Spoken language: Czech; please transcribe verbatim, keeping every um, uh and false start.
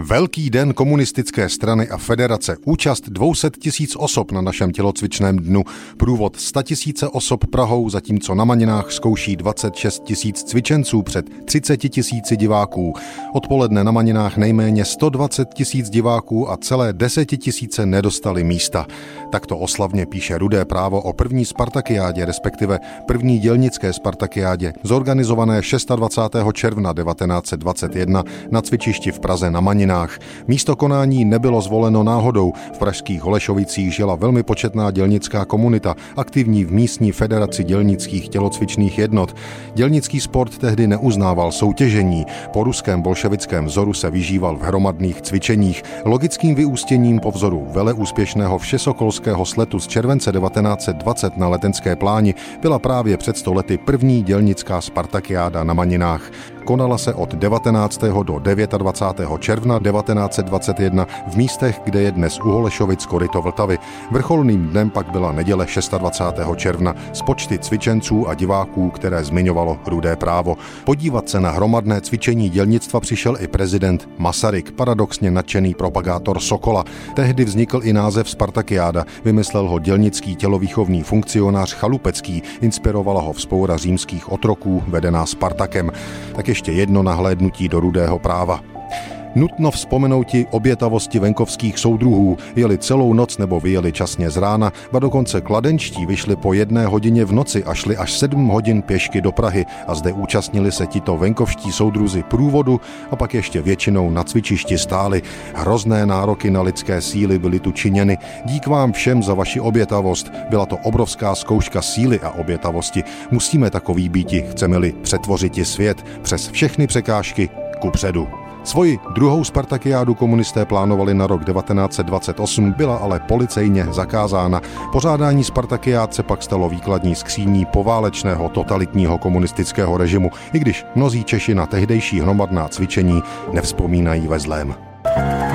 Velký den komunistické strany a federace. Účast dvě stě tisíc osob na našem tělocvičném dnu. Průvod sto tisíc osob Prahou, zatímco na Maninách zkouší dvacet šest tisíc cvičenců před třicet tisíci diváků. Odpoledne na Maninách nejméně sto dvacet tisíc diváků a celé desetitisíce nedostali místa. Takto oslavně píše Rudé právo o první Spartakiádě, respektive první dělnické Spartakiádě, zorganizované dvacátého šestého června devatenáct set dvacet jedna na cvičišti v Praze na Maninách. Místo konání nebylo zvoleno náhodou. V pražských Holešovicích žila velmi početná dělnická komunita, aktivní v místní federaci dělnických tělocvičných jednot. Dělnický sport tehdy neuznával soutěžení. Po ruském bolševickém vzoru se vyžíval v hromadných cvičeních. Logickým vyústěním po vzoru veleúspěšného všesokolského sletu z července devatenáct set dvacet na Letenské pláni byla právě před sto lety první dělnická Spartakiáda na Maninách. Konala se od devatenáctého do dvacátého devátého června devatenáct set dvacet jedna v místech, kde je dnes u Holešovic koryto Vltavy. Vrcholným dnem pak byla neděle dvacátého šestého června s počty cvičenců a diváků, které zmiňovalo Rudé právo. Podívat se na hromadné cvičení dělnictva přišel i prezident Masaryk, paradoxně nadšený propagátor Sokola. Tehdy vznikl i název Spartakiáda, vymyslel ho dělnický tělovýchovný funkcionář Chalupecký, inspirovala ho vzpoura římských otroků vedená Spartakem. Tak ještě jedno nahlédnutí do Rudého práva. Nutno vzpomenouti obětavosti venkovských soudruhů, jeli celou noc nebo vyjeli časně z rána, ba dokonce kladenčtí vyšli po jedné hodině v noci a šli až sedm hodin pěšky do Prahy a zde účastnili se tito venkovští soudruzi průvodu a pak ještě většinou na cvičišti stáli. Hrozné nároky na lidské síly byly tu činěny. Dík vám všem za vaši obětavost. Byla to obrovská zkouška síly a obětavosti. Musíme takový býti, chceme-li přetvořiti svět přes všechny překážky kupředu. Svoji druhou Spartakiádu komunisté plánovali na rok devatenáct set dvacet osm, byla ale policejně zakázána. Pořádání Spartakiád se pak stalo výkladní skříní poválečného totalitního komunistického režimu, i když mnozí Češi na tehdejší hromadná cvičení nevzpomínají ve zlém.